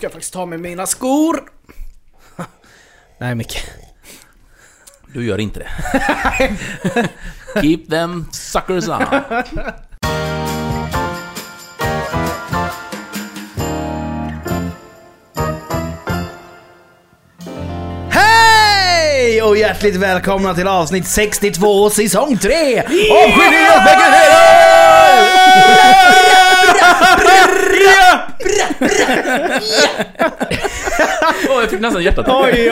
ska jag faktiskt ta med mina skor. Nej, Micke. Du gör inte det. Keep them suckers on. Hej och hjärtligt välkomna till avsnitt 62 säsong 3 av Jag fick nästan hjärtat. Oj.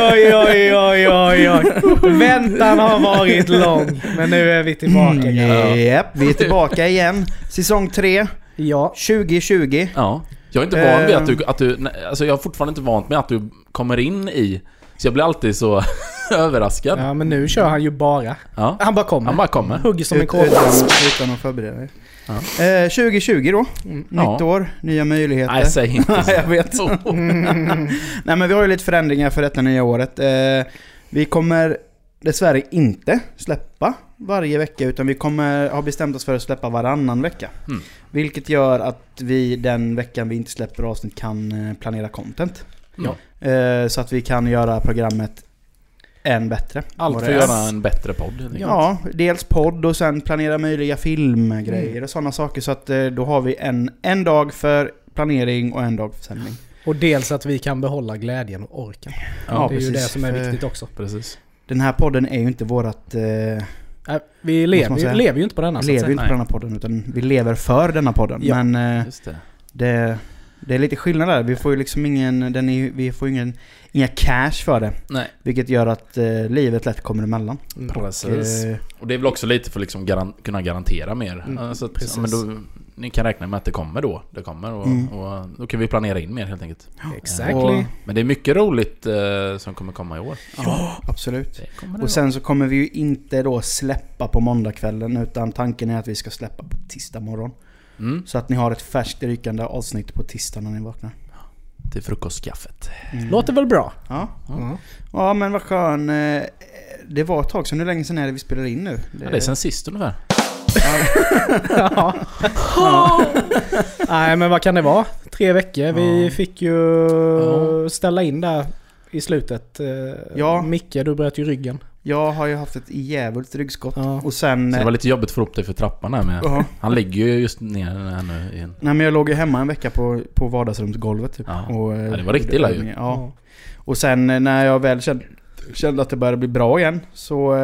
Väntan har varit lång, men nu är vi tillbaka. Japp, vi är tillbaka igen. Säsong 3, Ja. 2020. Ja. Jag är inte van vid att du alltså jag har fortfarande inte vant med att du kommer in i. Så jag blir alltid så överraskad. Ja, men nu kör han ju bara. Ja. Han bara kommer. Hugger som en kål. Utan att förbereda dig. Ja. 2020 då. Nytt år, nya möjligheter. Nej, säg inte så. Jag vet. Nej, men vi har ju lite förändringar för detta nya året. Vi kommer dessvärre inte släppa varje vecka, utan vi kommer ha bestämt oss för att släppa varannan vecka. Vilket gör att vi den veckan vi inte släpper avsnitt kan planera content. Ja. Så att vi kan göra programmet än bättre. Allt för att göra en bättre podd. Ja, dels podd och sen planera möjliga filmgrejer och sådana saker. Så att då har vi en dag för planering och en dag för sändning. Och dels att vi kan behålla glädjen och orken. Ja, det är precis. ju det som är viktigt också. Precis. Den här podden är ju inte vårat... Vi lever ju inte på denna. Vi lever ju inte på denna podden, utan vi lever för denna podden. Ja, men just det. Det är lite skillnad där. Vi får ju liksom inga cash för det. Nej. Vilket gör att livet lätt kommer emellan. Precis. Och det är väl också lite för liksom kunna garantera mer. Så att, men då, ni kan räkna med att det kommer då. Det kommer och då kan vi planera in mer helt enkelt. Exactly. Men det är mycket roligt som kommer komma i år. Ja, absolut. Och sen så kommer vi ju inte då släppa på måndagskvällen, utan tanken är att vi ska släppa på tisdag morgon. Så att ni har ett färskt rykande avsnitt på tisdag när ni vaknar. Till frukostskaffet. Låter väl bra? Ja, men vad skön. Det var ett tag sedan. Hur länge sedan är det vi spelar in nu? Det är sen sist ungefär. Nej, men vad kan det vara? 3 veckor. Vi fick ju ställa in där i slutet. Micke, du bröt ju ryggen. Jag har ju haft ett jävligt ryggskott. Och sen, så det var lite jobbigt för upp dig för trappan här med. Han ligger ju just ner här nu igen. Nej, men jag låg ju hemma en vecka på vardagsrumsgolvet typ. Och det var riktigt illa ju. Ja. Och sen när jag väl kände att det började bli bra igen, så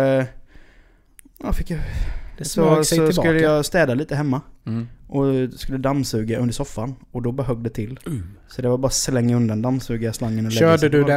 fick jag så skulle jag städa lite hemma. Och skulle dammsuga under soffan, och då behövde det till. Så det var bara slänga undan dammsugarslangen och körde du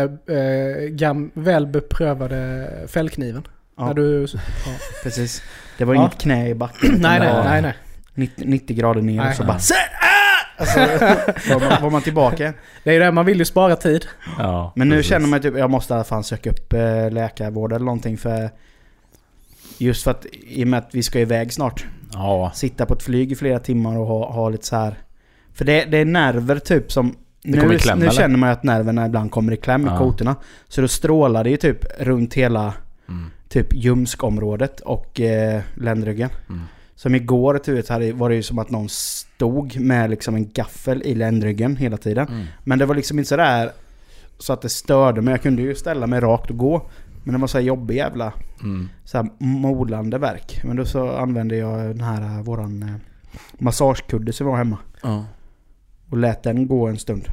den väl beprövade fällkniven? Ja. Precis. Det var inget knä i backen. Nej. 90 grader ner och så bara alltså, var man tillbaka. Det är ju det, man vill ju spara tid. Ja, men nu känner man typ jag måste i alla fall söka upp läkarvård eller någonting, för just för att i och med att vi ska iväg snart. Sitta på ett flyg i flera timmar och ha lite så här. För det är nerver typ som nu känner man att nerverna ibland kommer i kläm i kotorna. Så då strålar det ju typ runt hela typ ljumskområdet och ländryggen. Som igår var det ju som att någon stod med liksom en gaffel i ländryggen hela tiden. Men det var liksom inte så där så att det störde mig. Jag kunde ju ställa mig rakt och gå. Men det var så här jobbig jävla så här molande verk. Men då så använde jag den här våran massagekudde som var hemma. Och lät den gå en stund.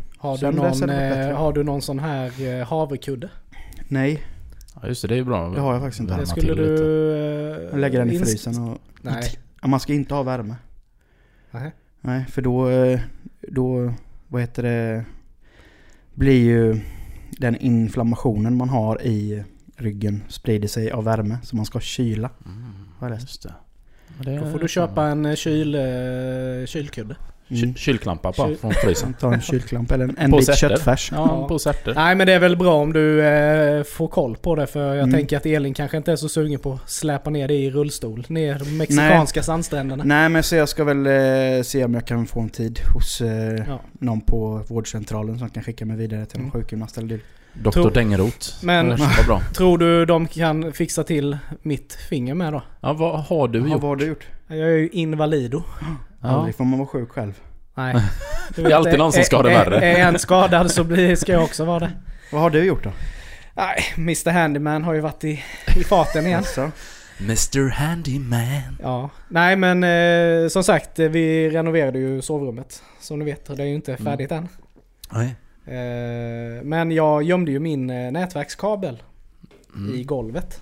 Har du någon sån här havrekudde? Nej. Ja, just det, är ju bra. Det har jag faktiskt inte. Det skulle du lägga den i frysen och man ska inte ha värme. Nej, för då vad heter det, blir ju den inflammationen man har i ryggen sprider sig av värme, så man ska kyla. Just det. Då får du köpa en kylkudde. Kylklampa på från frysen. Ta en kylklampa eller en bit köttfärs. På särter. Nej, men det är väl bra om du får koll på det, för jag tänker att Elin kanske inte är så sugen på att släpa ner det i rullstol ner de mexikanska sandstränderna. Nej, men så jag ska väl se om jag kan få en tid hos någon på vårdcentralen som kan skicka mig vidare till en sjukgymnast eller dyrt. Dr. Dengeroth. Men bra. Tror du de kan fixa till mitt finger med då? Ja, vad har du gjort? Vad har du gjort? Jag är ju invalido. Aldrig får man vara sjuk själv. Nej. Det är alltid någon som ska ha det värre. Är en skadad så ska jag också vara det. Vad har du gjort då? Nej, Mr. Handyman har ju varit i farten igen. Så. Mr. Handyman. Ja. Nej, men som sagt, vi renoverade ju sovrummet. Som ni vet, det är ju inte färdigt än. Nej. Men jag gömde ju min nätverkskabel i golvet.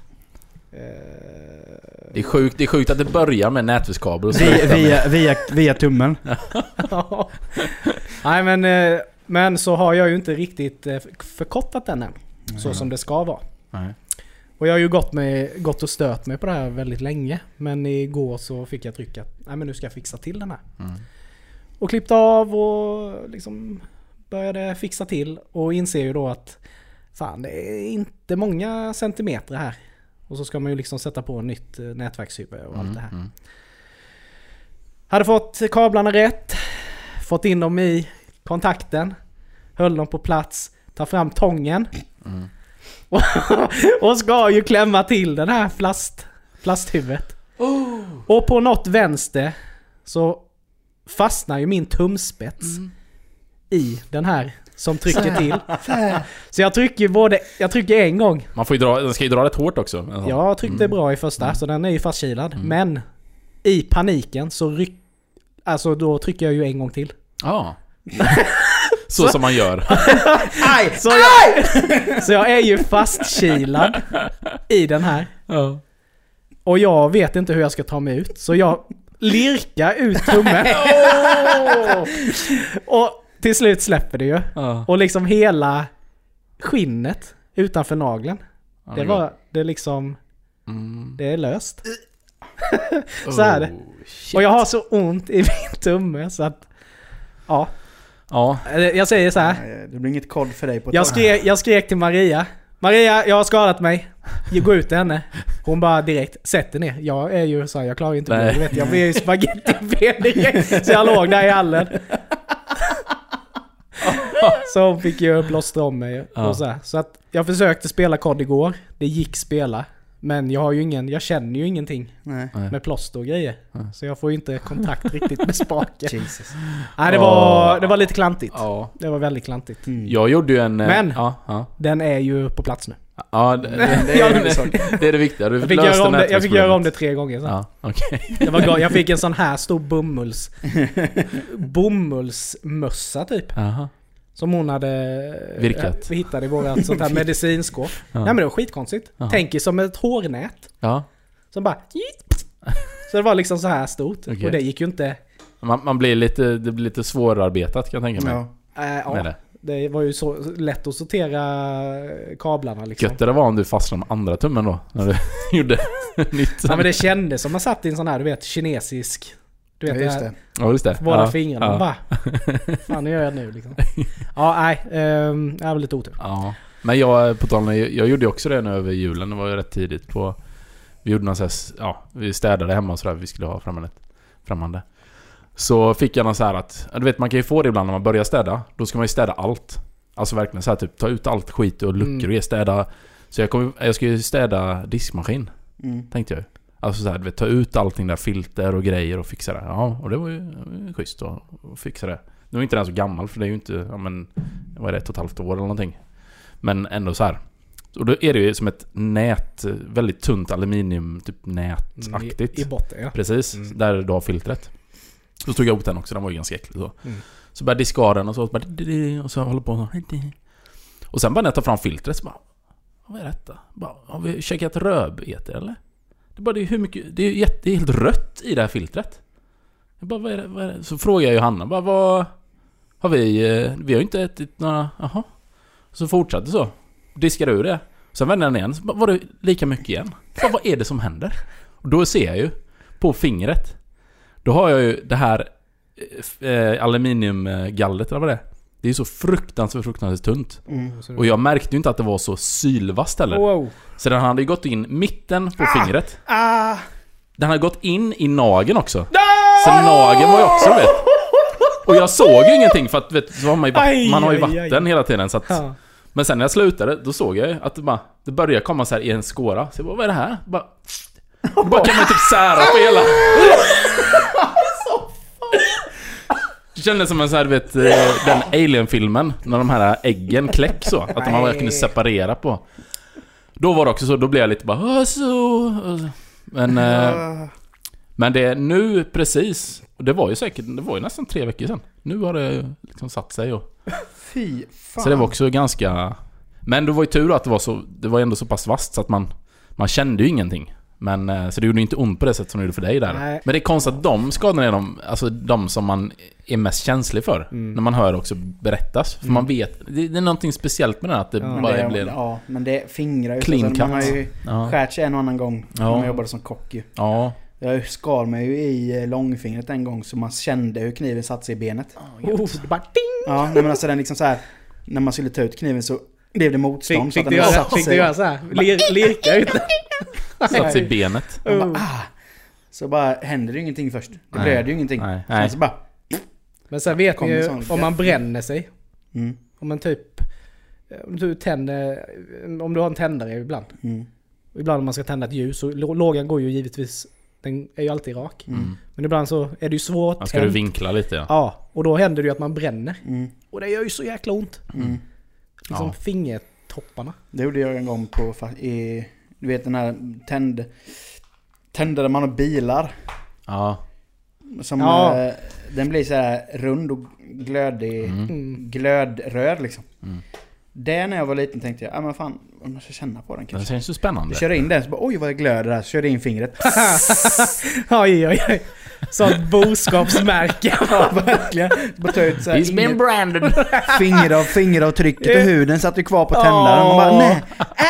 Det är sjukt att det börjar med nätverkskabel och via tummen. Ja. Nej, men så har jag ju inte riktigt förkortat den än. Så som det ska vara. Nej. Och jag har ju gått och stört mig på det här väldigt länge. Men igår så fick jag trycka att nej, men nu ska jag fixa till den här. Och klippte av och liksom började fixa till. Och inser ju då att fan, det är inte många centimeter här. Och så ska man ju liksom sätta på en nytt nätverkshuvud och allt det här. Hade fått kablarna rätt. Fått in dem i kontakten. Höll dem på plats. Ta fram tången. Och ska ju klämma till den här plasthuvudet. Och på något vänster så fastnar ju min tumspets i den här som trycker till. Så jag trycker en gång. Den ska ju dra rätt hårt också. Alltså. Jag tryckte bra i första så den är ju fastkilad. Men i paniken så då trycker jag ju en gång till. Ja. Så som man gör. Så jag är ju fastkilad i den här. Ja. Och jag vet inte hur jag ska ta mig ut. Så jag lirkar ut tummen. Och till slut släpper det ju. Och liksom hela skinnet utanför nageln. Det är liksom... Det är löst. Så är det. Och jag har så ont i min tumme så att... Ja. Jag säger så här. Det blir inget kod för dig på jag skrek till Maria. Maria, jag har skadat mig. Jag går ut till henne. Hon bara direkt sätter ner. Jag är ju så här, jag klarar ju inte det. Jag blir ju spagetti direkt. Så jag låg där i hallen. Så hon fick ju plåstra om mig och så här. Så att jag försökte spela kod igår. Det gick spela. Men jag känner ju ingenting med plåster och grejer. Så jag får ju inte kontakt riktigt med spaken. Jesus. Nej, det var lite klantigt. Det var väldigt klantigt. Jag gjorde ju en... Men den är ju på plats nu. Ja, det är det viktiga. Jag fick göra om det 3 gånger. Så. Ja, okay. Jag fick en sån här stor bomullsmössa typ. Aha. Som hon hade virkat. Vi hittade i vårat sånt här medicinskåp. Nej, men det var skitkonstigt. Tänk er som ett hårnät. Ja. Som bara... Så det var liksom så här stort. Okay. Och det gick ju inte... Det blir lite svårarbetat kan jag tänka mig. Ja. Det var ju så lätt att sortera kablarna liksom. Gött det var om du fastnade med andra tummen då. När du gjorde nytt. Ja, men det kändes som man satt i en sån här, du vet, kinesisk... Du vet, just det. Ja, just det. Båda fingrarna bara. Fan, nu gör jag nu liksom. Jag är väl lite otur. Ja. Men jag gjorde också det nu över julen. Det var ju rätt tidigt på... Vi gjorde någon så här, vi städade hemma så där vi skulle ha främmande. Så fick jag någon så här att... Du vet, man kan ju få det ibland när man börjar städa. Då ska man ju städa allt. Alltså verkligen så här typ ta ut allt skit och luckor och städa. Så jag ska ju städa diskmaskin. Tänkte jag. Alltså så här, du vet, ta ut allting där, filter och grejer och fixa det. Ja, och det var ju schysst att fixa det. Nu är inte den så gammal för det är ju inte, vad är det, 1,5 år eller någonting. Men ändå så här. Och då är det ju som ett nät, väldigt tunt aluminium typ nätaktigt. I botten, ja. Precis, där du har filtret. Så tog jag upp den också, den var ju ganska äcklig så. Så började diska den och så håller på så. Och sen bara när jag tar fram filtret så bara, vad är detta? Har vi checkat rödbetor eller? Det är hur mycket, det är helt rött i det här filtret. Jag bara, vad är det? Så frågar jag Johanna, bara, vad har vi har ju inte ätit några, jaha. Så fortsatte så. Diskade ur det. Sen vände den igen, så var det lika mycket igen. Vad är det som händer? Och då ser jag ju på fingret. Då har jag ju det här aluminiumgallret eller vad det är. Det är ju så fruktansvärt tunt. Och jag märkte ju inte att det var så sylvast heller. Wow. Så den hade ju gått in mitten på fingret. Den hade gått in i nageln också. Så nageln var ju också, vet. Och jag såg ju ingenting för att vet, så har man har ju vatten hela tiden så att, men sen när jag slutade då såg jag att det började komma så här i en skåra. Så jag bara, vad är det här? Bara kan man typ sära på hela. Det kändes som en så här, du vet, den Alien-filmen när de här äggen kläck så att de bara kunde separera på. Då var det också så, då blev jag lite bara men det är nu precis, och det var ju nästan 3 veckor sedan. Nu har det liksom satt sig och fy fan. så det var också ganska, men det var ju tur att det var ändå så pass vast så att man kände ju ingenting. Men så det gjorde inte ont på det sätt som det gjorde för dig där. Nej. Men det är konstigt att de skadorna är alltså de som man är mest känslig för när man hör också berättas. För man vet, det är någonting speciellt med det att det bara blir... Ja, men det fingrar ju. Clean cut. Man har ju skärt sig en och annan gång när man jobbade som kock ju. Ja. Jag skar mig ju i långfingret en gång så man kände hur kniven satt sig i benet. Det bara ding! Ja, men alltså den liksom så här, när man skulle ta ut kniven så blev det motstånd. Fick du göra så här? Lirka ut. Satt sig i benet. Så bara händer det ingenting först. Det blöder ju ingenting. Nej. Så bara... Men sen vet ni ju om man bränner sig. Om man typ... Om du har en tändare ibland. Ibland om man ska tända ett ljus så lågan går ju givetvis... Den är ju alltid rak. Men ibland så är det ju svårt. Man ska du vinkla lite, ja. Ja, och då händer det ju att man bränner. Och det gör ju så jäkla ont. Liksom fingertopparna. Det gjorde jag en gång på... Du vet den här tändare man har bilar. Ja. Som den blir så här rund och glödig, glödröd liksom. Det när jag var liten tänkte jag, men fan, om man ska känna på den kanske. Det känns ju spännande. Jag körde in den så bara, oj vad jag glöder där. Så körde in fingret. Oj. Sånt boskapsmärke. Ja, verkligen. He's been branded. Fingeravtrycket och huden satt ju kvar på tändaren. Man bara, nej.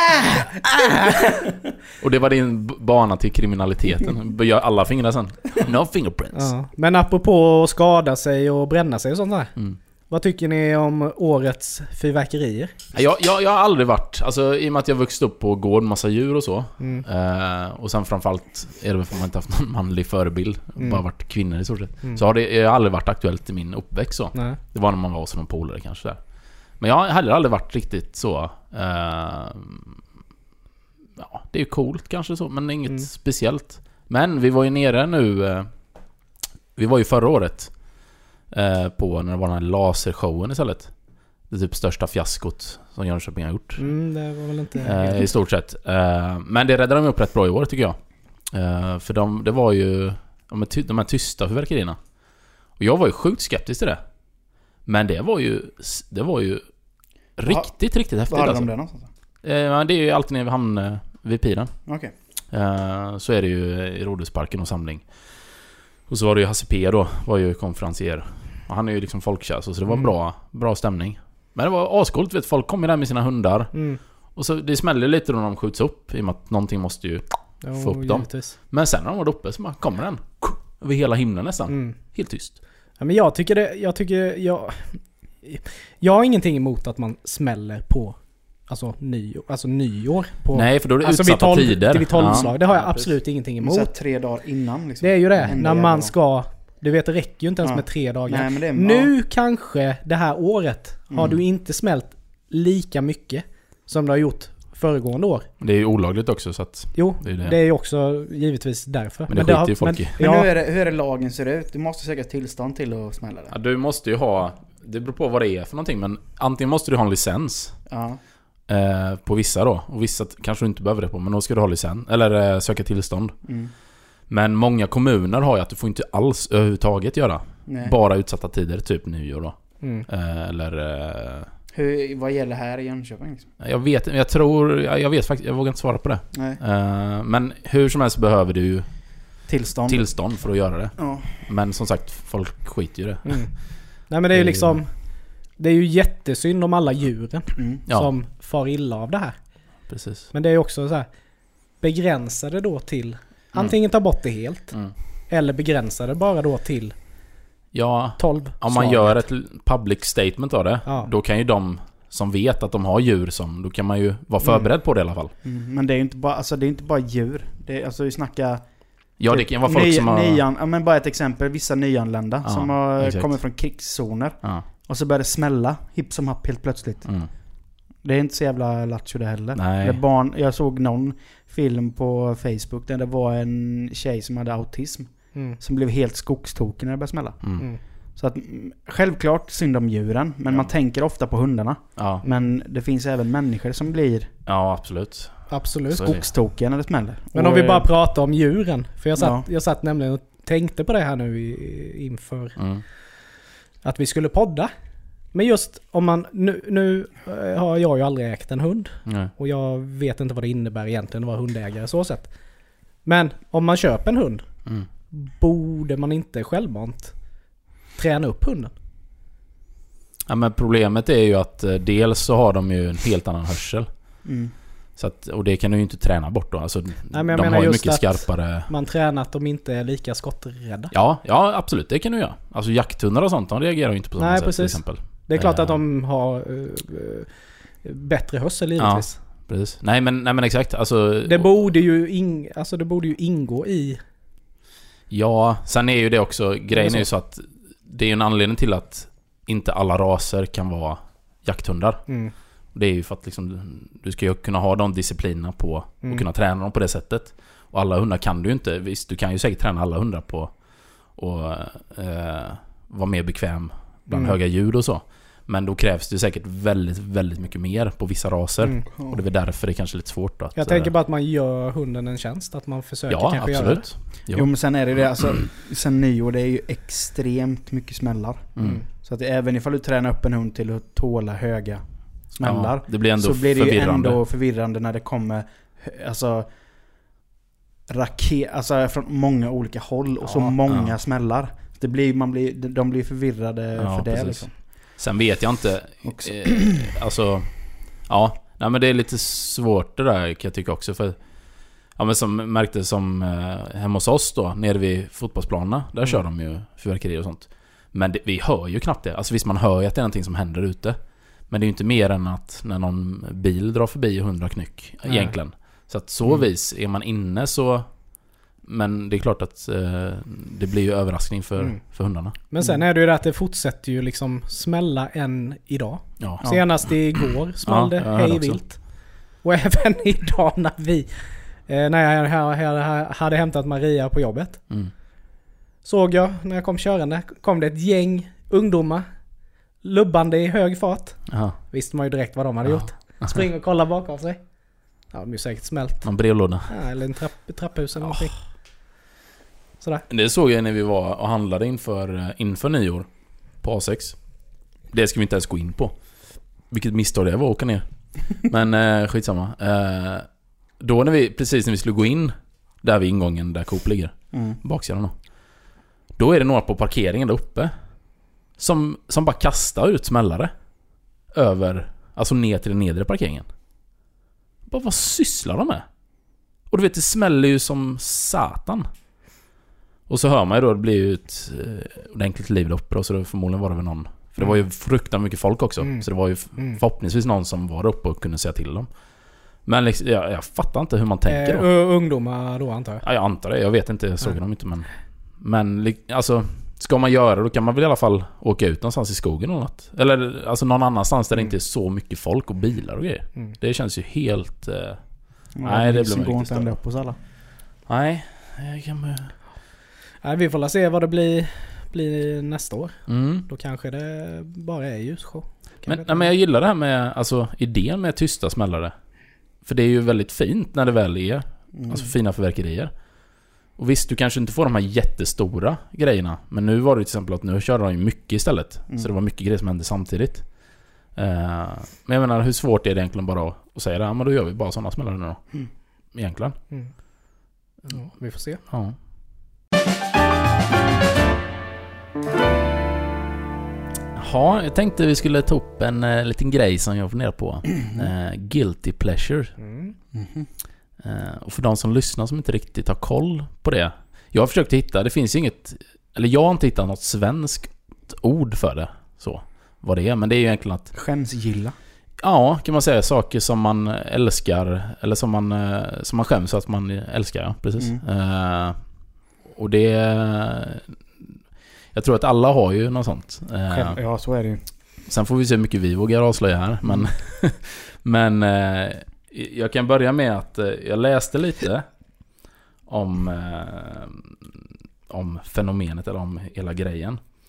Och det var din bana till kriminaliteten. Gör alla fingrar sen. No fingerprints. Ja. Men apropå att skada sig och bränna sig och sånt där. Vad tycker ni om årets fyrverkerier? Jag har aldrig varit, alltså i och med att jag vuxit upp på gård, massa djur och så. Och sen framförallt är det för att man inte haft någon manlig förebild, bara varit kvinnor i stort sett. Så har det aldrig varit aktuellt i min uppväxt så. Nej. Det var när man var hos någon polare kanske där. Men jag har heller aldrig varit riktigt så. Ja, det är ju coolt kanske så, men inget speciellt. Men vi var ju nere nu, vi var ju förra året på när det var den här lasershowen istället. Det typ största fiaskot som Jönköping har gjort. Det var väl inte i stort sett. Men det räddade de upp rätt bra i år tycker jag. För det var ju de här tysta fyrverkerierna. Och jag var ju sjukt skeptisk till det. Men det var ju riktigt häftigt. Var hade de det någonstans? Det är ju alltid nere vid hamn vid Piren. Okej. Så är det ju i Rådhusparken och samling. Och så var det ju Hasse P då, var ju konferencier. Och han är ju liksom folkkär, så det var bra stämning. Men det var ascoolt, vet, folk kommer där med sina hundar. Och så det smäller lite då när de skjuts upp, i och med att någonting måste ju få upp dem. Men sen när de var uppe så kommer den över hela himlen nästan. Helt tyst. Ja, men jag har ingenting emot att man smäller på nyår på, nej, för då är det utsatta tider. Vid 12-slag. Det har jag absolut ingenting emot. Så 3 dagar innan liksom. Det är ju det. När man ska... Du vet, det räcker ju inte ens med 3 dagar. Nej, nu kanske det här året har du inte smält lika mycket som du har gjort föregående år. Det är ju olagligt också så att... Jo, det är ju också givetvis därför. Men det skiter ju folk i. Men hur är det lagen ser ut? Du måste söka tillstånd till att smälla det. Ja, du måste ju ha... Det beror på vad det är för någonting, men antingen måste du ha en licens. Ja. På vissa då. Och vissa kanske du inte behöver det på, men då ska du ha licens. Eller söka tillstånd. Men många kommuner har ju att du får inte alls överhuvudtaget göra. Nej. Bara utsatta tider, typ nyår då. Vad gäller här i Jönköping? Liksom? Jag vet faktiskt, jag vågar inte svara på det. Men hur som helst behöver du ju tillstånd för att göra det. Ja. Men som sagt, folk skiter ju det. Nej, men det är ju liksom... Det är ju jättesynd om alla djuren som far illa av det här. Precis. Men det är ju också så här, begränsade då till antingen ta bort det helt eller begränsade bara då till 12. Om man gör ett public statement av det, då kan ju de som vet att de har djur som, då kan man ju vara förberedd på det i alla fall. Men det är ju inte bara, det är inte bara djur. Det är, alltså vi snackar... Ja, det kan vara folk som har... men bara ett exempel, vissa nyanlända som har kommit från krigszoner. Och så börjar det smälla hipp som happ helt plötsligt. Det är inte så jävla lattjo det heller. Nej. Jag såg någon film på Facebook där det var en tjej som hade autism. Som blev helt skogstokig när det började smälla. Så att självklart synd om djuren, men man tänker ofta på hundarna. Ja. Men det finns även människor som blir Absolut. skogstokiga när det smäller. Men om vi bara pratar om djuren. För jag satt nämligen och tänkte på det här nu inför att vi skulle podda. Men just om man... Nu har jag ju aldrig ägt en hund. Nej. Och jag vet inte vad det innebär egentligen att vara hundägare så sett. Men om man köper en hund, borde man inte självmant träna upp hunden? Ja, men problemet är ju att dels så har de ju en helt annan hörsel. Så att, och det kan du ju inte träna bort då. Alltså, de har ju mycket skarpare... Man tränar att de inte är lika skotträdda. Ja, absolut. Det kan du göra. Alltså jakthundar och sånt, de reagerar ju inte på samma sätt till exempel. Det är klart att de har bättre hörsel givetvis. Ja, precis. Nej men exakt. Alltså, det borde ju ingå i... Ja, sen är ju det också... Grejen är ju så att det är ju en anledning till att inte alla raser kan vara jakthundar. Det är ju för att liksom, du ska ju kunna ha de disciplinerna på och kunna träna dem på det sättet. Och alla hundar kan du ju inte. Visst, du kan ju säkert träna alla hundar på och vara mer bekväm bland höga ljud och så. Men då krävs det säkert väldigt, väldigt mycket mer på vissa raser. Och det är väl därför det är kanske lite svårt att... Jag tänker bara att man gör hunden en tjänst. Att man försöker kanske absolut. Göra det. Jo, men sen är det alltså, sen nyår det är ju extremt mycket smällar. Så att även ifall du tränar upp en hund till att tåla höga smällar, det blir ändå så blir det ju ändå förvirrande när det kommer alltså från många olika håll och så många smällar. De blir förvirrade för det liksom. Sen vet jag inte alltså nej, men det är lite svårt det där kan jag tycka också, för men som märktes som hemma hos oss då nere vid fotbollsplanerna, där kör de ju fyrverkerier och sånt. Men vi hör ju knappt det. Alltså visst, man hör ju att det är någonting som händer ute. Men det är ju inte mer än att när någon bil drar förbi 100 knyck egentligen. Så att så vis är man inne så... Men det är klart att det blir ju överraskning för hundarna. Men sen är det ju det att det fortsätter ju liksom smälla än idag. Ja. Senast igår smällde hejvilt. Och även idag när jag hade hämtat Maria på jobbet. Såg jag när jag kom körande, kom det ett gäng ungdomar lubbande i hög fart. Visste man ju direkt vad de hade gjort. Spring och kolla bakom sig. Ja, de är ju säkert smält. Någon brevlåda. Ja, eller en trapphus eller någonting. Sådär. Det såg jag när vi var och handlade inför nyår på A6. Det ska vi inte ens gå in på. Vilket misstag det var att åka ner. Men skitsamma. Då precis när vi skulle gå in där vid ingången där Coop ligger. Baksidan då. Då är det några på parkeringen där uppe som bara kastar ut smällare över, alltså ner till den nedre parkeringen. Bara, vad sysslar de med? Och du vet, det smäller ju som satan. Och så hör man ju då, det blir ju ett ordentligt liv där uppe, och så förmodligen var det väl någon, för det var ju fruktansvärt mycket folk också, så det var ju förhoppningsvis någon som var där uppe och kunde säga till dem. Men liksom, jag fattar inte hur man tänker då. Ungdomar då, antar jag? Ja, jag antar det. Jag vet inte, jag såg dem inte, men alltså, ska man göra då kan man väl i alla fall åka ut någonstans i skogen eller något. Eller alltså någon annanstans där det inte är så mycket folk och bilar och grejer. Det känns ju helt... nej, det blir går inte ända upp hos alla. Nej, vi får se vad det blir nästa år. Då kanske det bara är ljusshow. Men jag gillar det här med alltså, idén med tysta smällare. För det är ju väldigt fint när det väl är alltså fina förverkerier. Och visst, du kanske inte får de här jättestora grejerna. Men nu var det till exempel att nu körde de ju mycket istället. Så det var mycket grejer som hände samtidigt. Men jag menar, hur svårt är det egentligen bara att säga det? Ja, men då gör vi bara sådana smällare nu då. Egentligen. Ja, vi får se. Ja. Ja, jag tänkte vi skulle ta upp en liten grej som jag funderar på. Guilty pleasure. Och för de som lyssnar som inte riktigt har koll på det. Jag har försökt hitta, det finns inget, eller jag har inte hittat något svenskt ord för det. Så, vad det är, men det är ju egentligen att... Skämsgilla. Ja, kan man säga. Saker som man älskar, eller som man skäms att man älskar, ja, precis. Och det... Jag tror att alla har ju något sånt. Ja, så är det ju. Sen får vi se hur mycket vi vågar avslöja här. Men jag kan börja med att jag läste lite om fenomenet, eller om hela grejen.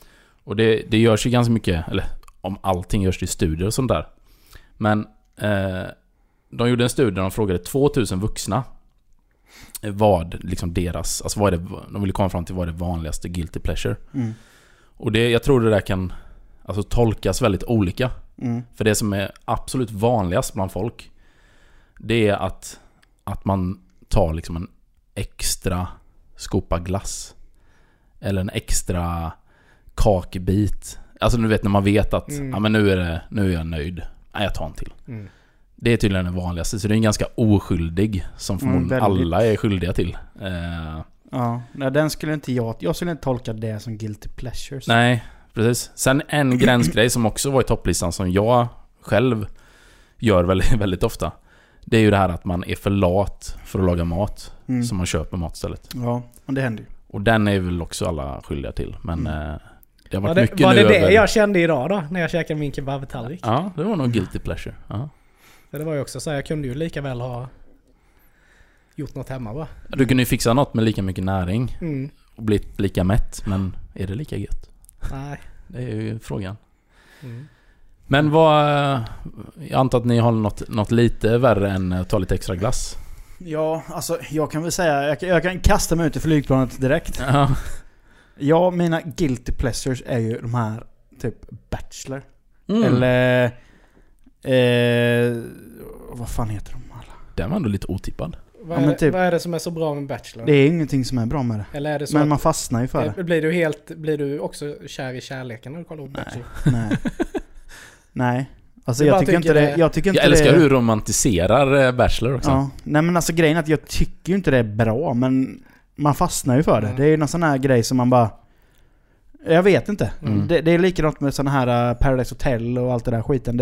Och det görs ju ganska mycket, eller om allting görs i studier och sånt där. Men de gjorde en studie där de frågade 2000 vuxna vad liksom deras, alltså vad är det, de ville komma fram till vad är det vanligaste guilty pleasure. Och jag tror det där kan alltså tolkas väldigt olika. För det som är absolut vanligast bland folk, det är att man tar liksom en extra skopa glass eller en extra kakbit. Alltså du vet när man vet att ja, men nu är jag nöjd. Nej, jag tar en till. Det är tydligen det vanligaste. Så det är en ganska oskyldig som förmodligen alla är skyldiga till. Ja, nej, den skulle inte jag skulle inte tolka det som guilty pleasures. Nej, precis. Sen en gränsgrej som också var i topplistan som jag själv gör väldigt, väldigt ofta. Det är ju det här att man är för lat för att laga mat. Så man köper mat istället. Ja, och det händer ju. Och den är väl också alla skyldiga till. Men det har varit mycket var nu det över... jag kände idag då? När jag käkade min kebabtallrik? Ja, det var nog guilty pleasure. Ja. För det var ju också så här, jag kunde ju lika väl ha gjort något hemma va? Du kunde ju fixa något med lika mycket näring. Och blivit lika mätt. Men är det lika gött? Nej. Det är ju frågan. Men jag antar att ni har något lite värre än att ta lite extra glass. Ja, alltså jag kan väl säga jag kan kasta mig ut i flygplanet direkt. Ja, mina guilty pleasures är ju de här typ Bachelor. Eller vad fan heter de alla? Den var ändå lite otippad. Vad är det som är så bra med Bachelor? Det är ingenting som är bra med det. Eller är det så men man fastnar ju för det. Blir du också kär i kärleken när du kollar på Bachelor? Nej. Alltså jag tycker inte det. Jag älskar hur du romantiserar Bachelor också. Ja. Nej men alltså grejen är att jag tycker inte det är bra, men man fastnar ju för det. Det är ju någon sån här grej som man bara... Jag vet inte. Det är likadant med såna här Paradise Hotel och allt det där skiten.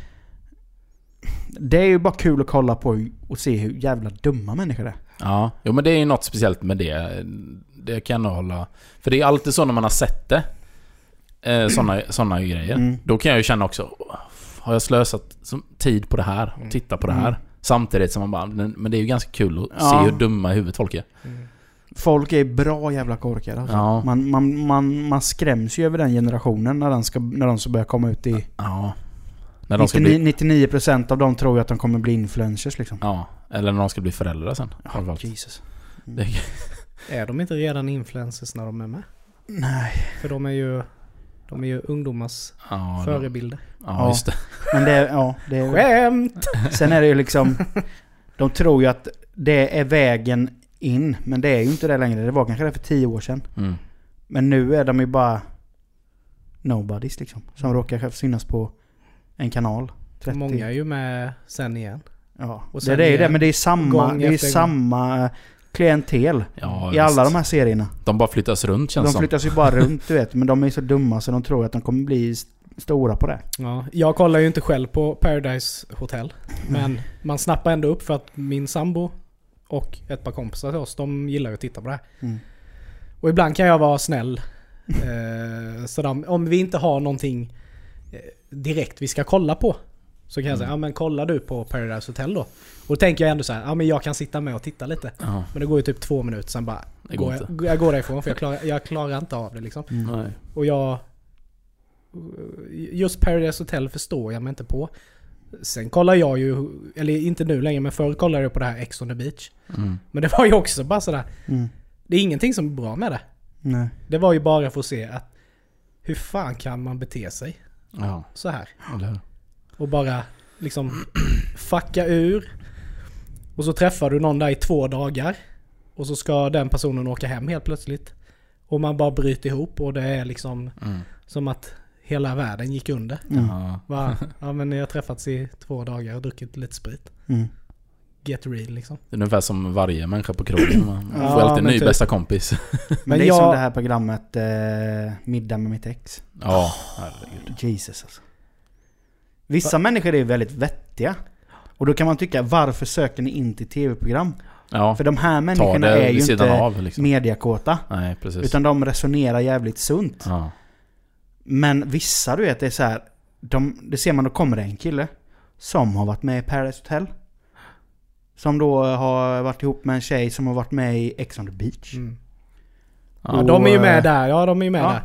Det är ju bara kul att kolla på och se hur jävla dumma människor är. Ja, jo, men det är ju något speciellt med det. Det kan jag hålla... För det är alltid så när man har sett det. Såna grejer. Då kan jag ju känna också, har jag slösat tid på det här och titta på det här samtidigt som man bara, men det är ju ganska kul att se hur dumma i huvudet folk är. Folk är bra jävla korkade alltså. Ja. Man skräms ju över den generationen när de ska börja komma ut i... Ja. När de 99% av dem tror ju att de kommer bli influencers liksom. Ja, eller när de ska bli föräldrar sen. Jesus. Är de inte redan influencers när de är med? Nej. För de är ju ungdomars förebilder. Ja, just det. Men det är skämt! Sen är det ju liksom... De tror ju att det är vägen in, men det är ju inte det längre. Det var kanske det för 10 år sedan. Men nu är de ju bara nobodies liksom. Som råkar synas på en kanal. 30. Många är ju med sen igen. Ja, och sen det är det, men det är samma klientel i alla de här serierna. De bara flyttas runt känns de flyttas ju bara runt, du vet. Men de är så dumma så de tror att de kommer bli stora på det. Ja, jag kollar ju inte själv på Paradise Hotel. Men man snappar ändå upp för att min sambo och ett par kompisar till oss, de gillar ju att titta på det här. Och ibland kan jag vara snäll. Så om vi inte har någonting direkt vi ska kolla på, så kan jag säga, ja men kollar du på Paradise Hotel då? Och då tänker jag ändå så här, ja men jag kan sitta med och titta lite. Men det går ju typ 2 minuter, sen bara jag går därifrån för jag klarar inte av det liksom. Och just Paradise Hotel förstår jag mig inte på. Sen kollar jag ju, eller inte nu längre, men förr kollade jag på det här Ex on the Beach. Men det var ju också bara sådär, det är ingenting som är bra med det. Nej. Det var ju bara för att se att hur fan kan man bete sig så här. Och bara liksom fucka ur. Och så träffar du någon där i 2 dagar. Och så ska den personen åka hem helt plötsligt. Och man bara bryter ihop. Och det är liksom som att hela världen gick under. Ja, men ni har träffats i 2 dagar och druckit lite sprit. Get real liksom. Det är ungefär som varje människa på krogen. Man får alltid en ny bästa kompis. Men det är som det här programmet Middag med mitt ex. Ja, herregud. Jesus alltså. Vissa människor är väldigt vettiga. Och då kan man tycka, varför söker ni in till tv-program? Ja, för de här människorna är ju inte liksom mediakåta. Nej, precis. Utan de resonerar jävligt sunt. Ja. Men vissa, du vet, det är så här, det ser man, då kommer det en kille som har varit med i Paradise Hotel. Som då har varit ihop med en tjej som har varit med i Ex on the Beach. Ja, de är ju med där. Ja, de är ju med där.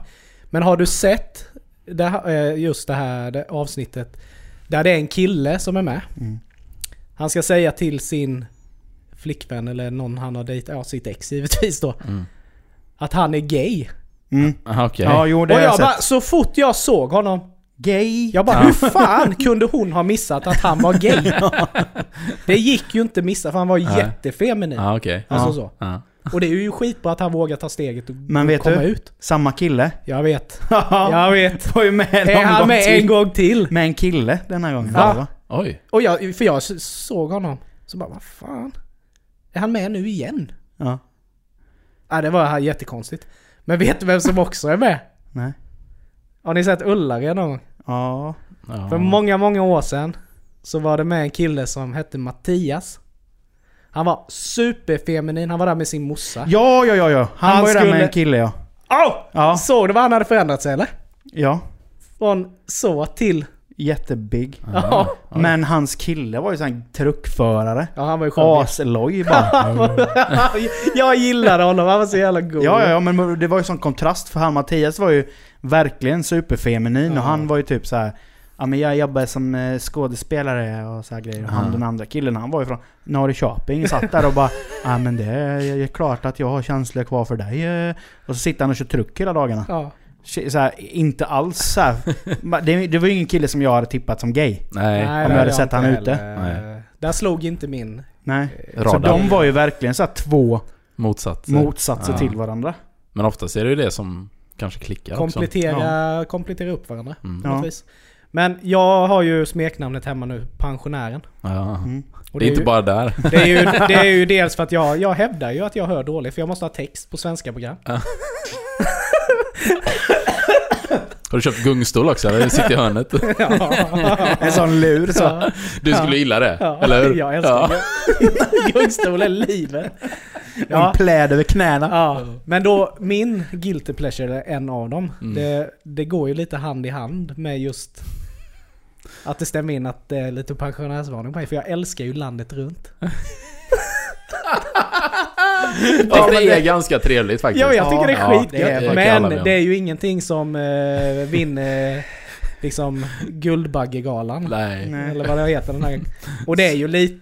Men har du sett just det här avsnittet där det är en kille som är med? Han ska säga till sin flickvän eller någon han har dejtat, sitt ex givetvis då, att han är gay. Okay. Ja, jo, det och jag bara, så fort jag såg honom gay, jag bara, hur fan kunde hon ha missat att han var gay? Det gick ju inte missa, för han var jättefeminin. Okay. Alltså så. Och det är ju skitbra att han vågar ta steget och vet komma du, ut. Samma kille. Jag vet. Jag vet. Var ju med är han med en gång till? Med en kille den här gången. Va? Oj. Och jag såg honom. Så bara, vad fan? Är han med nu igen? Ja, det var jättekonstigt. Men vet du vem som också är med? Nej. Har ni sett Ullared någon gång? Ja. För många år sedan så var det med en kille som hette Mattias. Han var superfeminin. Han var där med sin morsa. Ja. Han var ju där med en kille, ja. Ja. Såg du vad han hade förändrat sig, eller? Ja. Från så till... Jättebig. Ja. Men hans kille var ju sån truckförare. Ja, han var ju asloj bara. Jag gillade honom. Han var så jävla god. Ja, men det var ju sån kontrast för han. Mattias var ju verkligen superfeminin. Och han var ju typ så här. Ja, men jag jobbar som skådespelare och så här grejer. Och han, den andra killen, han var ju från Norrköping. Satt där och bara, ja men det är klart att jag har känslor kvar för dig. Och så sitter han och kör truck hela dagarna. Ja. Så här, inte alls så här. Det var ju ingen kille som jag hade tippat som gay. Nej. Om jag hade sett han ute. Nej. Där slog inte min. Nej. Så de var ju verkligen så här två motsatser till varandra. Men oftast är det ju det som kanske klickar komplettera upp varandra. Men jag har ju smeknamnet hemma nu, pensionären. Och det är inte bara där. Det är ju dels för att jag hävdar ju att jag hör dåligt, för jag måste ha text på svenska program. Har du köpt gungstol också? Eller sitter i hörnet? En sån lur så. Du skulle gilla det, eller hur? Jag älskar gungstol är livet. En pläd över knäna. Ja. Men då, min guilty pleasure, en av dem, det går ju lite hand i hand med just att det stämmer in att det är lite pensionärsvarning på mig, för jag älskar ju landet runt. Det är ganska trevligt faktiskt. Ja, jag tycker det är skit. Men det är ju ingenting som vinner liksom Guldbaggegalan. Nej. Eller vad det heter den här. Och det är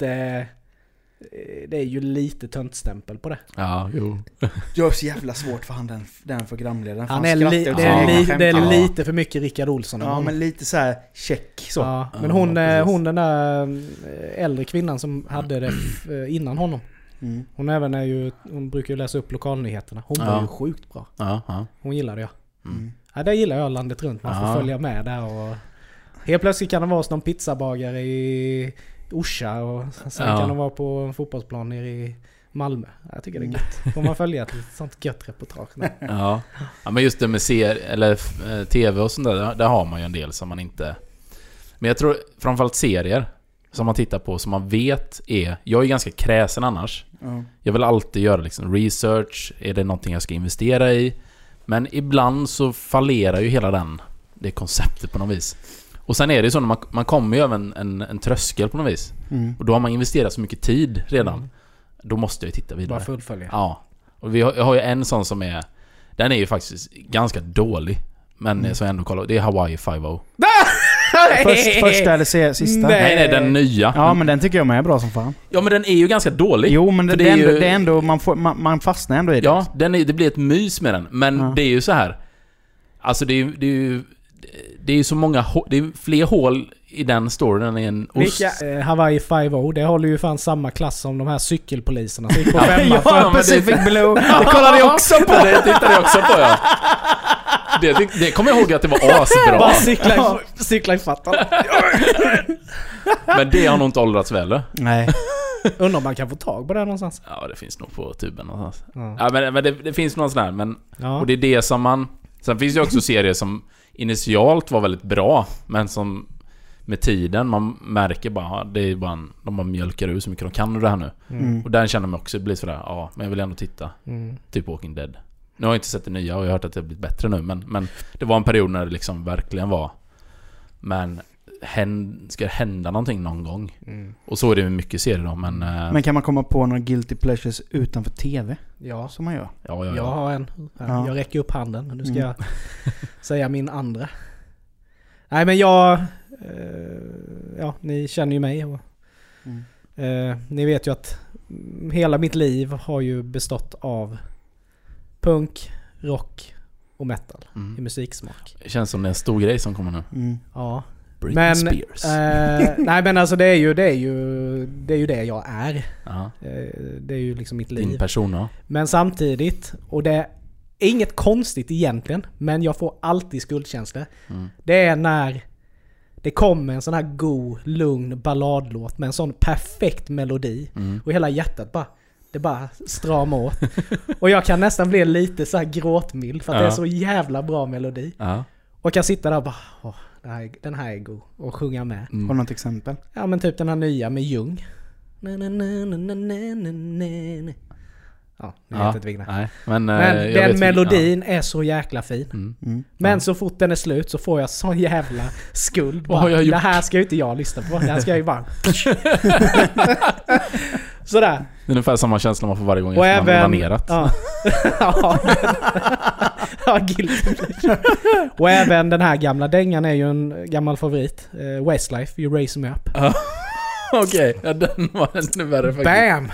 ju lite töntstämpel på det. Ja, jo. Det är så jävla svårt för han den programledaren. Han är det är lite för mycket Rickard Olsson. Ja, men lite så här check så. Ja, men hon den där äldre kvinnan som hade det innan honom. Hon hon brukar ju läsa upp lokalnyheterna. Hon var ju sjukt bra. Hon gillade jag. Ja, där gillar jag landet runt. Man får följa med där och helt plötsligt kan det vara någon pizzabagare i Orsa och sen kan de vara på en fotbollsplan nere i Malmö. Jag tycker det är gött. Får man följa ett sånt gött reportage. Ja, men just det med tv och sånt där har man ju en del som man inte... Men jag tror framförallt serier som man tittar på som man vet jag är ganska kräsen annars. Jag vill alltid göra liksom research. Är det någonting jag ska investera i? Men ibland så fallerar ju hela det konceptet på något vis. Och sen är det så när man kommer ju över en tröskel på något vis. Och då har man investerat så mycket tid redan. Då måste jag titta vidare. Bara fullfölja. Ja. Och jag har ju en sån som den är ju faktiskt ganska dålig. Men så ändå kolla. Det är Hawaii 5-0. Första eller sista? Nej, den nya. Ja, men den tycker jag med är bra som fan. Ja, men den är ju ganska dålig. Jo, men det är ändå man fastnar ändå i det. Ja, det blir ett mys med den. Men det är ju så här. Alltså det är ju så många det är fler hål i den storyn än i en ost. Hawaii 5-0, det håller ju fan samma klass som de här cykelpoliserna som gick på femma för Pacific Blue. Det kollade jag också på. Det tittade jag också på, ja. Det kommer jag ihåg att det var asbra. Bara cykla i fattan. Men det har nog inte åldrats väl. Nej. Undrar om man kan få tag på det någonstans. Ja, det finns nog på tuben någonstans. Ja, men det finns någon sån här. Men, och det är det som man... Sen finns det också serier som initialt var väldigt bra, men som med tiden man märker bara det är bara de bara mjölkar ur så mycket de kan ur det här nu. Och där känner man också, det blir sådär, men jag vill ändå titta. Typ Walking Dead. Nu har jag inte sett det nya och jag har hört att det har blivit bättre nu, men det var en period när det liksom verkligen var. Men ska det hända någonting någon gång. Och så är det med mycket serier då, men kan man komma på några guilty pleasures utanför tv? Ja. Som man gör? Ja. Jag har en. Jag räcker upp handen. Nu ska jag säga min andra. Nej, men jag... ni känner ju mig. Och, ni vet ju att hela mitt liv har ju bestått av punk, rock och metal i musiksmak. Det känns som det är en stor grej som kommer nu. Ja. Britney Spears. Nej, men alltså det är ju det jag är. Det är ju liksom mitt liv. Din person, ja. Men samtidigt, och det är inget konstigt egentligen, men jag får alltid skuldkänslor. Det är när det kommer en sån här god, lugn balladlåt med en sån perfekt melodi och hela hjärtat bara stramar åt. Och jag kan nästan bli lite så här gråtmild för att det är så jävla bra melodi. Och jag sitter där och bara, den här är god, och sjunga med. Har något exempel? Ja, men typ den här nya med Jung. Ja, jag vet inte vilken. Nej, men den melodin är så jäkla fin. Men så fort den är slut så får jag så jävla skuld. Det här ska ju inte jag lyssna på. Det här ska jag ju bara... Sådär. Det är ungefär samma känsla man får varje gång man har planerat. Ja, guilty pleasure. Och även den här gamla dängan är ju en gammal favorit. Westlife, You Raise Me Up. Okej, den var ännu värre faktiskt. Bam!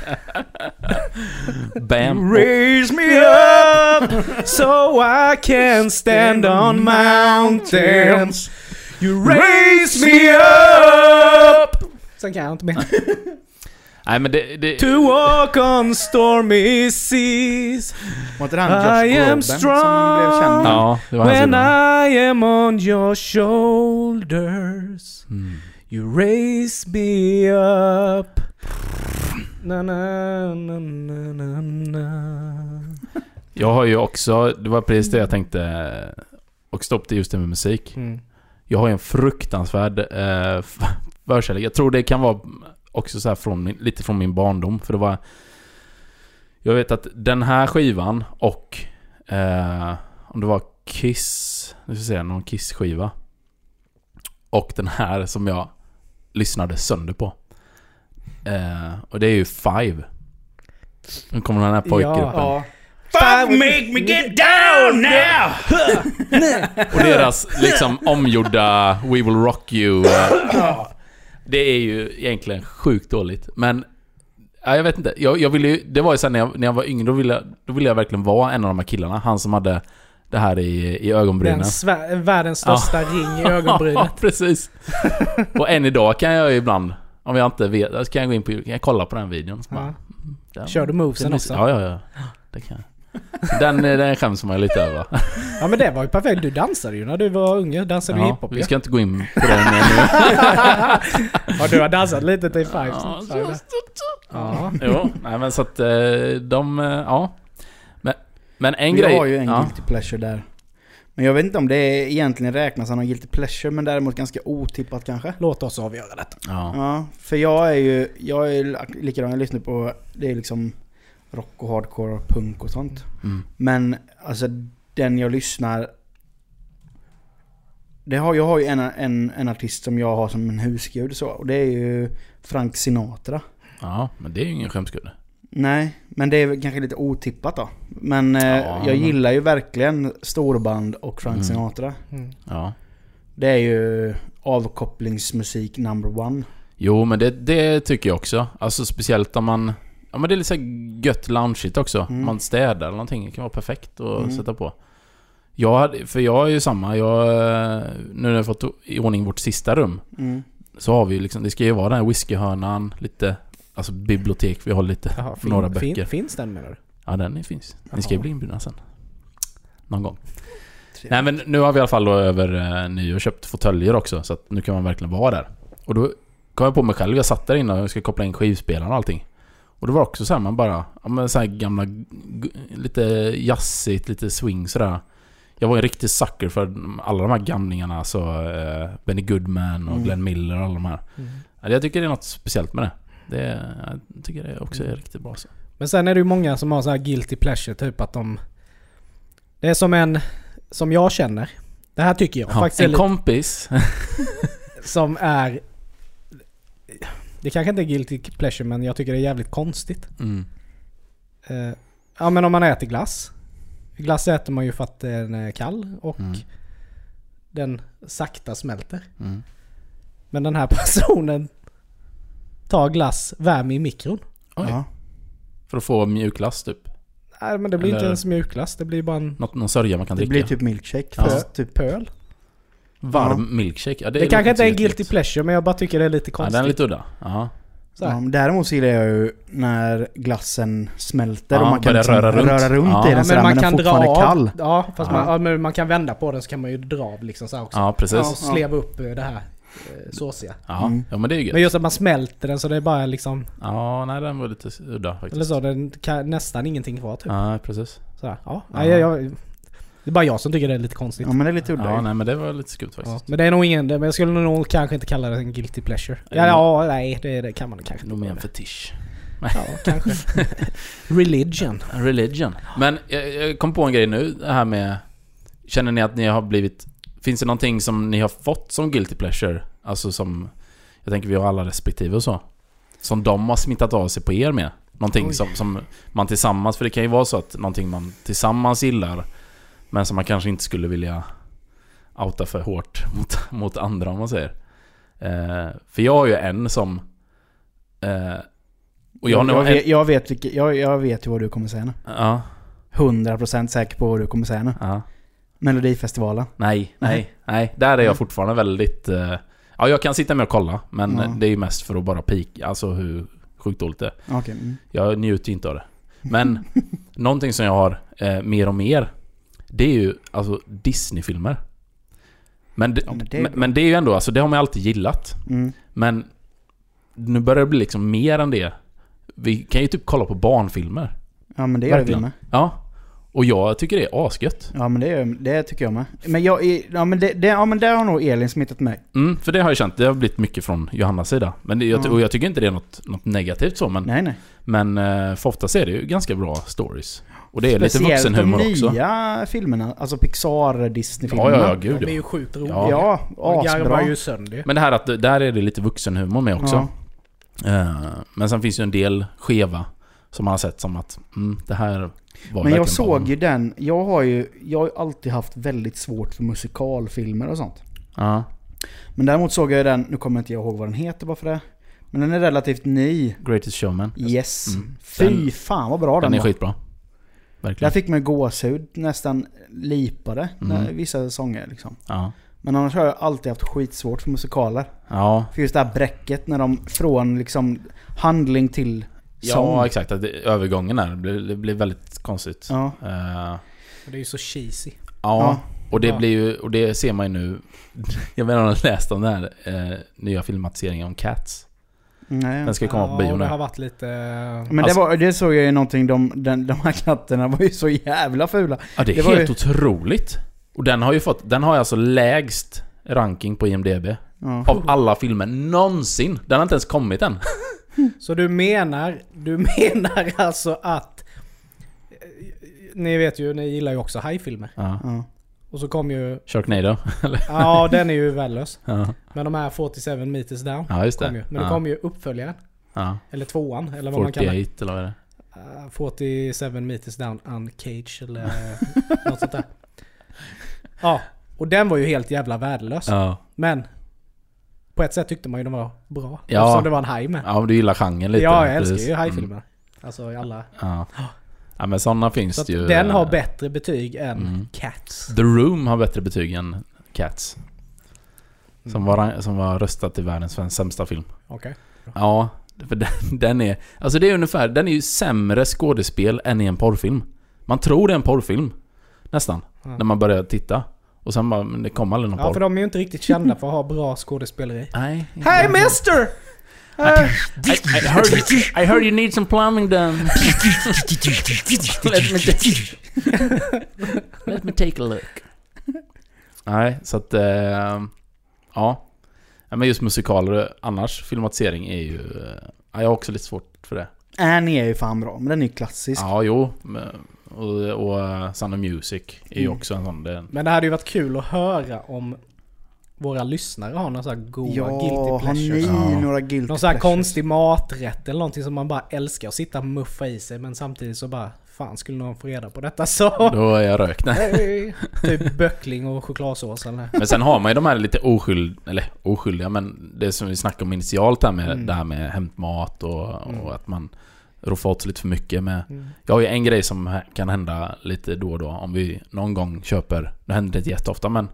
Bam! Raise me up so I can stand on mountains. You raise me up. Sen kan jag inte mer. Nej, men det... To walk on stormy seas. Var inte han Josh Groban som blev känd? Ja, det var when I am on your shoulders. You raise me up. Na, na, na, na, na, na. Jag har ju också, det var precis det jag tänkte, och stoppade just det med musik. Jag har ju en fruktansvärd förkärlek. Jag tror det kan vara också så här lite från min barndom, för det var, jag vet att den här skivan och om det var Kiss, nu ska jag säga någon Kiss-skiva, och den här som jag lyssnade sönder på, och det är ju Five. Nu kommer den här pojkgruppen. Ja. Five make me get down now. Och deras liksom omgjorda We Will Rock You. Det är ju egentligen sjukt dåligt. Men jag vet inte. Jag ville ju, det var ju så när jag var yngre, då ville jag verkligen vara en av de här killarna. Han som hade det här i ögonbrynen. Världens största ring i ögonbrynet. Ja, precis. Och än idag kan jag ibland, om jag inte vet, så kan jag gå in på, kan jag kolla på den videon. Kör du movesen också? Ja. Det kan jag. Den skäms man lite över. Ja, men det var ju perfekt. Du dansade ju när du var unge. Dansade du hiphop. Vi ska inte gå in på det nu. Ja, du har dansat lite till Five. Jo, nej, men så att men en grej. Jag har ju en guilty pleasure där. Men jag vet inte om det egentligen räknas som en guilty pleasure, men däremot ganska otippat kanske. Låt oss avgöra detta. Ja, för jag är likadan, jag lyssnar på, det är liksom rock och hardcore och punk och sånt. Men alltså den jag lyssnar, jag har ju en artist som jag har som en husgud så, och det är ju Frank Sinatra. Ja, men det är ju ingen skämskudde. Nej, men det är kanske lite otippat då. Men jag gillar ju verkligen storband och Frank Sinatra. Ja. Det är ju avkopplingsmusik number one. Jo, men det tycker jag också. Alltså speciellt om man... Ja, men det är lite så gött loungeigt också. Man städar eller någonting. Det kan vara perfekt att sätta på. Jag är ju samma. Nu när jag har fått i ordning vårt sista rum, så har vi liksom, det ska ju vara den här whiskyhörnan, lite, alltså bibliotek, vi har lite några böcker. Finns den, menar du? Ja, den finns. Ni ska ju bli inbjudna sen. Någon gång. Nej, men nu har vi i alla fall över ny och köpt fåtöljer också, så att nu kan man verkligen vara där. Och då kom jag på mig själv, jag satt där inne och jag ska koppla in skivspelaren och allting. Och det var också så här, man bara, så här gamla, lite jazzigt, lite swing sådär. Jag var en riktig sucker för alla de här gamlingarna, så Benny Goodman och Glenn Miller och alla de här. Jag tycker det är något speciellt med det. Jag tycker det också är riktigt bra så. Men sen är det ju många som har så här guilty pleasure, typ att det är som jag känner. Det här tycker jag faktiskt en kompis. som är... Det kanske inte är guilty pleasure, men jag tycker det är jävligt konstigt. Ja, men om man äter glass. Glass äter man ju för att den är kall och den sakta smälter. Men den här personen tar glass, värmer i mikron. Oj. Ja. För att få mjukglass typ. Nej, men det blir inte ens mjukglass. Det blir bara någon sörja man kan dricka. Det blir typ milkshake. Typ pöl. Varm milkshake. Ja, det kanske inte är en guilty pleasure, men jag bara tycker det är lite konstigt. Ja, den är lite udda. Ja. Däremot gillar jag ju när glassen smälter och man kan röra runt i den så men den fortfarande är kall. Ja, fast man kan vända på den så kan man ju dra av liksom så här också. Ja, precis. Och sleva upp det här såsiga. Ja, men det är ju gött. Men just att man smälter den så det är bara liksom... Ja, nej, den var lite udda faktiskt. Eller så, den kan nästan ingenting kvar typ. Ja, precis. Så här, det är bara jag som tycker det är lite konstigt. Ja, men det är lite udda. Ja, nej, men det var lite skumt faktiskt. Ja, men det är nog ingen... Men jag skulle nog kanske inte kalla det en guilty pleasure. Nej, det kan man kanske inte. Nog mer en fetisch. Ja, kanske. Religion. Men jag kom på en grej nu. Det här med... Känner ni att ni har blivit... Finns det någonting som ni har fått som guilty pleasure? Alltså som... Jag tänker vi har alla respektive och så. Som de har smittat av sig på er med. Någonting som man tillsammans... För det kan ju vara så att någonting man tillsammans gillar... Men som man kanske inte skulle vilja outa för hårt mot andra om man säger. För jag har ju en som... Och jag vet ju vad du kommer säga nu. Ja. 100% säker på vad du kommer säga nu. Ja. Melodifestivalen. Nej. Där är jag fortfarande väldigt... Ja, jag kan sitta med och kolla. Men det är ju mest för att bara pika. Alltså hur sjukt dåligt det är. Okay. Jag njuter inte av det. Men någonting som jag har mer och mer... Det är ju alltså Disney-filmer. Men det är ju ändå, alltså det har man alltid gillat. Men nu börjar det bli liksom mer än det. Vi kan ju typ kolla på barnfilmer. Ja, men det gör vi med. Ja. Och jag tycker det är asgött. Ja, men det tycker jag med. Men det har nog Elin smittat mig. För det har jag känt. Det har blivit mycket från Johannas sida. Men och jag tycker inte det är något negativt så. Men, nej. Men för ofta är det ju ganska bra stories. Och det är lite vuxenhumor också. Speciellt de nya filmerna, alltså Pixar, Disney-filmerna. Ja, gud. De är ju sjukt roliga. Ja, asbra. Ju sönder. Men det här att där är det lite vuxenhumor med också. Men sen finns ju en del skeva som man har sett som att det här var. Men jag såg ju den. Jag har ju alltid haft väldigt svårt för musikalfilmer och sånt. Ja. Men däremot såg jag den, nu kommer inte jag ihåg vad den heter bara för det. Men den är relativt ny. Greatest Showman. Yes. Fy fan vad bra den är skitbra. Verkligen. Där fick man gåshud, nästan lipade vissa sånger liksom. Ja. Men annars har jag alltid haft skitsvårt för musikaler. Ja. För just det här bräcket när de från liksom handling till sång. Ja, exakt. Övergången där det blir väldigt konstigt. Ja. Det är ju så cheesy. Ja. Och det blir ju, och det ser man ju nu. Jag vet inte om jag läst om den här nya filmatiseringen om Cats. Nej. Den ska komma på bio nu. Det har varit lite... Men det såg jag ju någonting, de här katterna var ju så jävla fula. Ja, det är helt otroligt. Och den har alltså lägst ranking på IMDb av alla filmer någonsin. Den har inte ens kommit än. Så du menar alltså att ni vet ju, ni gillar ju också hajfilmer. Ja. Och så kom ju Sharknado. Ja, den är ju värdelös. Ja. Men de här 47 meters down. Ja, just det. Kom ju. Men det kom ju uppföljaren. Ja. Eller tvåan, eller vad man kallar det. 48 eller vad är det? 47 meters down uncaged eller något sånt där. Ja, och den var ju helt jävla värdelös. Ja. Men på ett sätt tyckte man ju den var bra. Ja. Eftersom det var en haj med. Ja, du gillar genren lite. Ja, jag älskar ju hajfilmer. Alltså i alla... Ja, men sådana finns så det ju. Den har bättre betyg än Cats. The Room har bättre betyg än Cats. Som var röstad till världens sämsta film. Okej. Ja, för den är... Alltså det är ungefär... Den är ju sämre skådespel än i en porrfilm. Man tror det är en porrfilm. Nästan. När man börjar titta. Och sen bara... Men det kommer aldrig någon porr. Ja, för de är ju inte riktigt kända för att ha bra skådespeleri. Nej. Hey mister! I heard you need some plumbing done. Let me take a look. Nej, så att ja. Men just musikaler annars filmatisering är ju jag har också lite svårt för det. Annie är ju fan bra, men den är ju klassisk. Ja, jo. Och Sound of Music är ju också en sån. Men det hade ju varit kul att höra om våra lyssnare har någon sån här goda Ja, guilty har pleasure. ni några guilty Någon sån här pleasures? konstig maträtt eller någonting som man bara älskar att sitta och muffa i sig, men samtidigt så bara, fan skulle någon få reda på detta så... Då är jag rökt. Typ böckling och chokladsås eller... Men sen har man ju de här lite oskyldiga, men det som vi snackade om initialt där med det här med hämtmat och att man roffar åt sig lite för mycket med. Jag har ju en grej som kan hända lite då och då om vi någon gång köper, det händer inte jätteofta, men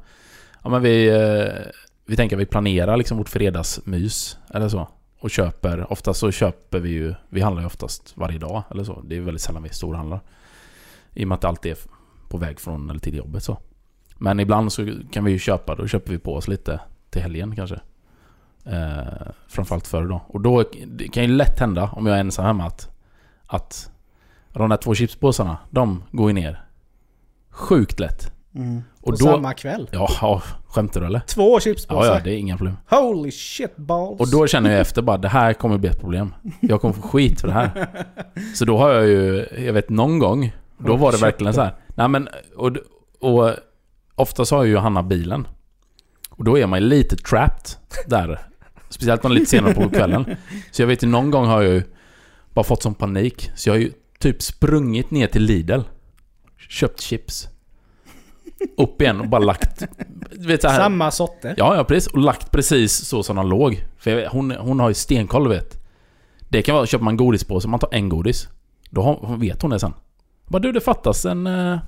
vi tänker att vi planerar liksom vårt fredagsmys eller så och köper, oftast så köper vi handlar ju oftast varje dag eller så. Det är väldigt sällan vi storhandlar i och med att det alltid är på väg från eller till jobbet så. Men ibland så kan vi ju köpa, då köper vi på oss lite till helgen kanske. Framförallt före då. Och då det kan ju lätt hända om jag är ensam hemma att de där 2 chipspåsarna, de går ju ner sjukt lätt. Och då, samma kväll? Ja, skämtar du eller? 2 chipspåsar? Ja, det är inga problem. Holy shit balls! Och då känner jag efter bara, det här kommer bli ett problem. Jag kommer få skit för det här. Så då har jag vet någon gång, då var det verkligen så här. Nej men, och ofta så har ju Johanna bilen. Och då är man lite trapped där. Speciellt när lite senare på kvällen. Så jag vet ju någon gång har jag ju bara fått sån panik. Så jag har ju typ sprungit ner till Lidl. Köpt chips. Upp igen och bara lagt vet, så här. Samma sorter? Ja, precis. Och lagt precis så som de låg. För hon har ju stenkoll, vet. Det kan vara, köper man godispåse, man tar en godis. Då vet hon det sen. Bara det fattas en...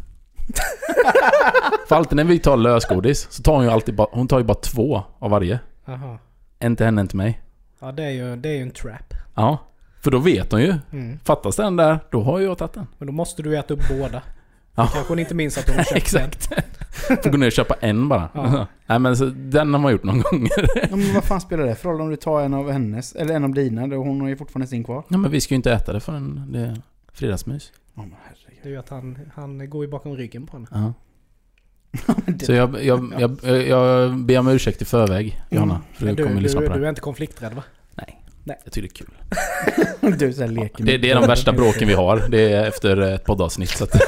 För alltid när vi tar lösgodis så tar hon ju alltid hon tar ju bara 2 av varje. Aha. En till henne, en till mig. Ja, det är ju en trap. Ja, för då vet hon ju. Fattas den där, då har jag tagit den. Men då måste du äta upp båda. Ja. Kanske hon inte minns att hon har köpt exakt. Får gå ner och köpa en bara. Ja. Nej, men så, den har man gjort någon gång. Ja, men vad fan spelar det för roll om du tar en av hennes eller en av dina? Då hon har ju fortfarande sin kvar. Ja, men vi ska ju inte äta det förrän det är fredagsmys. Ja, men herregud. Det är ju att han går ju bakom ryggen på henne. Ja. Så jag ber om ursäkt i förväg, Johanna. För men du kommer lyssna på det. Du är inte konflikträdd, va? Nej. Jag tycker det är kul. Du så här leker. Det är de värsta bråken vi har. Det är efter ett poddavsnitt så att...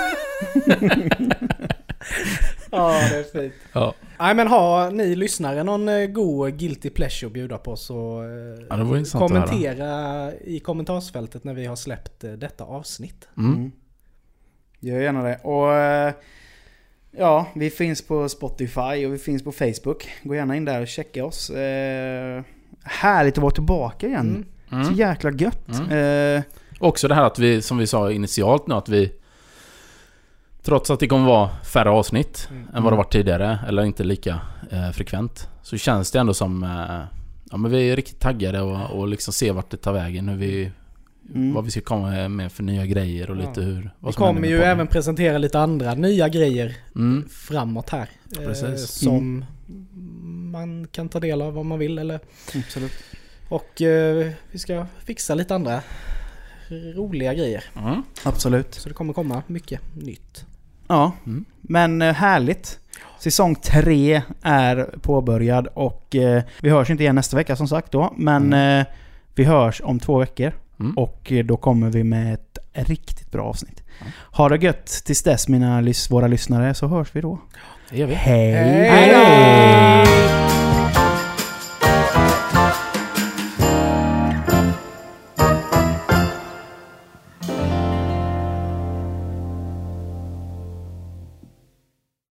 Ja, det är fint. Ja. Nej, men har ni lyssnare någon god guilty pleasure att bjuda på så ja, det vore intressant kommentera i kommentarsfältet när vi har släppt detta avsnitt. Gör gärna det. Och ja, vi finns på Spotify och vi finns på Facebook. Gå gärna in där och checka oss. Härligt att vara tillbaka igen. Så jäkla gött. Också det här att vi, som vi sa initialt nu, att vi trots att det kommer vara färre avsnitt än vad det varit tidigare, eller inte lika frekvent, så känns det ändå som men vi är riktigt taggade och liksom se vart det tar vägen, hur vi vad vi ska komma med för nya grejer och lite hur vad som vi kommer ju även presentera lite andra nya grejer framåt här. Som man kan ta del av om man vill eller. Absolut. Och vi ska fixa lite andra roliga grejer. Absolut. Så det kommer komma mycket nytt. Ja, men härligt. Säsong 3 är påbörjad och vi hörs inte igen nästa vecka som sagt då, men vi hörs om 2 veckor och då kommer vi med ett riktigt bra avsnitt. Ha det gött tills dess våra lyssnare, så hörs vi då. Det gör vi. Hej!